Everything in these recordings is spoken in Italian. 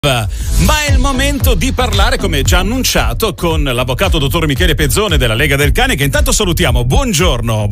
Ma è il momento di parlare, come già annunciato, con l'avvocato dottor Michele Pezzone della Lega del Cane, che intanto salutiamo. Buongiorno.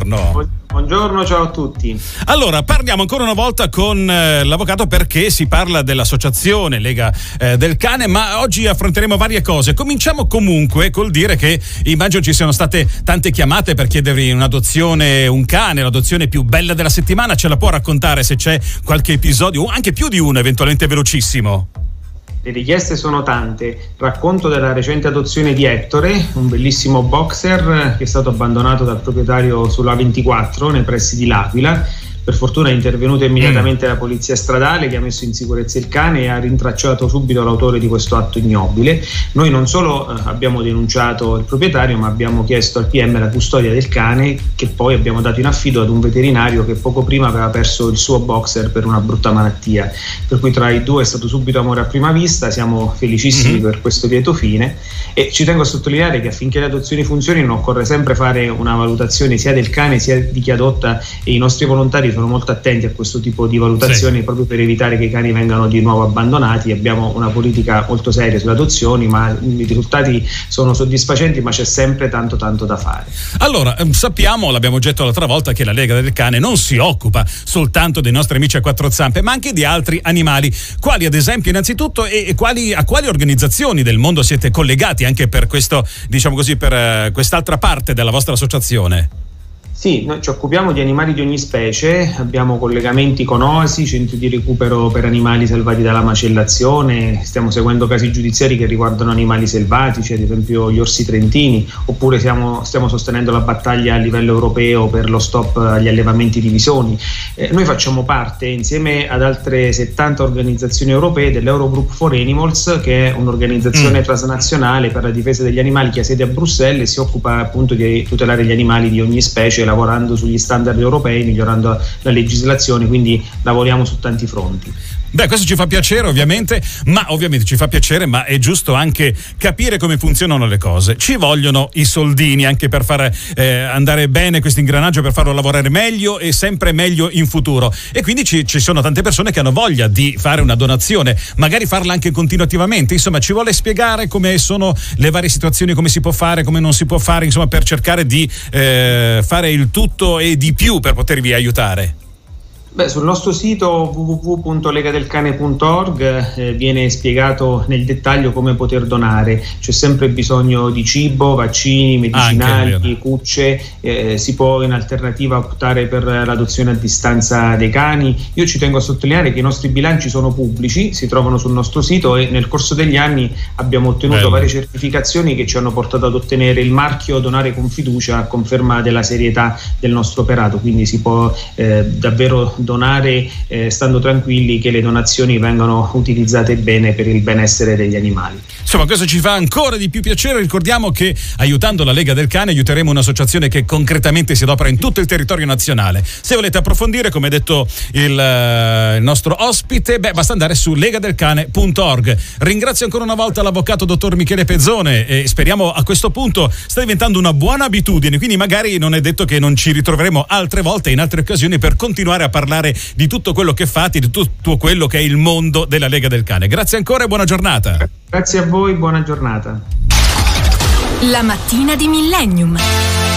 Buongiorno, ciao a tutti. Allora, parliamo ancora una volta con l'avvocato perché si parla dell'associazione Lega del Cane, ma oggi affronteremo varie cose. Cominciamo comunque col dire che immagino ci siano state tante chiamate per chiedervi un'adozione, un cane, l'adozione più bella della settimana. Ce la può raccontare se c'è qualche episodio, o anche più di uno, eventualmente velocissimo? Le richieste sono tante. Racconto della recente adozione di Ettore, un bellissimo boxer che è stato abbandonato dal proprietario sulla 24 nei pressi di L'Aquila. Per fortuna è intervenuta immediatamente la polizia stradale, che ha messo in sicurezza il cane e ha rintracciato subito l'autore di questo atto ignobile. Noi non solo abbiamo denunciato il proprietario, ma abbiamo chiesto al PM la custodia del cane, che poi abbiamo dato in affido ad un veterinario che poco prima aveva perso il suo boxer per una brutta malattia. Per cui tra i due è stato subito amore a prima vista. Siamo felicissimi per questo lieto fine, e ci tengo a sottolineare che affinché le adozioni funzionino occorre sempre fare una valutazione sia del cane sia di chi adotta, e i nostri volontari sono molto attenti a questo tipo di valutazioni, proprio per evitare che i cani vengano di nuovo abbandonati. Abbiamo una politica molto seria sulle adozioni, ma i risultati sono soddisfacenti, ma c'è sempre tanto da fare. Allora, sappiamo, l'abbiamo detto l'altra volta, che la Lega del Cane non si occupa soltanto dei nostri amici a quattro zampe, ma anche di altri animali. Quali, ad esempio, innanzitutto, a quali organizzazioni del mondo siete collegati anche per questo, diciamo così, per quest'altra parte della vostra associazione? Sì, noi ci occupiamo di animali di ogni specie, abbiamo collegamenti con OASI, centri di recupero per animali salvati dalla macellazione, stiamo seguendo casi giudiziari che riguardano animali selvatici, ad esempio gli orsi trentini, oppure stiamo sostenendo la battaglia a livello europeo per lo stop agli allevamenti di visoni. Noi facciamo parte, insieme ad altre 70 organizzazioni europee, dell'Eurogroup for Animals, che è un'organizzazione transnazionale per la difesa degli animali che ha sede a Bruxelles e si occupa appunto di tutelare gli animali di ogni specie, lavorando sugli standard europei, migliorando la legislazione, quindi lavoriamo su tanti fronti. Beh, questo ci fa piacere ovviamente ci fa piacere, ma è giusto anche capire come funzionano le cose. Ci vogliono i soldini anche per far andare bene questo ingranaggio, per farlo lavorare meglio e sempre meglio in futuro, e quindi ci sono tante persone che hanno voglia di fare una donazione, magari farla anche continuativamente. Insomma, ci vuole spiegare come sono le varie situazioni, come si può fare, come non si può fare, insomma, per cercare di fare il tutto e di più per potervi aiutare. Beh, sul nostro sito www.legadelcane.org viene spiegato nel dettaglio come poter donare. C'è sempre bisogno di cibo, vaccini, medicinali, cucce, si può in alternativa optare per l'adozione a distanza dei cani. Io ci tengo a sottolineare che i nostri bilanci sono pubblici, si trovano sul nostro sito, e nel corso degli anni abbiamo ottenuto varie certificazioni che ci hanno portato ad ottenere il marchio Donare con Fiducia, a conferma della serietà del nostro operato. Quindi si può davvero donare stando tranquilli che le donazioni vengano utilizzate bene per il benessere degli animali. Insomma, questo ci fa ancora di più piacere. Ricordiamo che aiutando la Lega del Cane aiuteremo un'associazione che concretamente si adopera in tutto il territorio nazionale. Se volete approfondire, come ha detto il nostro ospite, basta andare su legadelcane.org. Ringrazio ancora una volta l'avvocato dottor Michele Pezzone, e speriamo a questo punto sta diventando una buona abitudine, quindi magari non è detto che non ci ritroveremo altre volte in altre occasioni per continuare a parlare di tutto quello che fate, di tutto quello che è il mondo della Lega del Cane. Grazie ancora e buona giornata. Grazie a voi, buona giornata. La mattina di Millennium.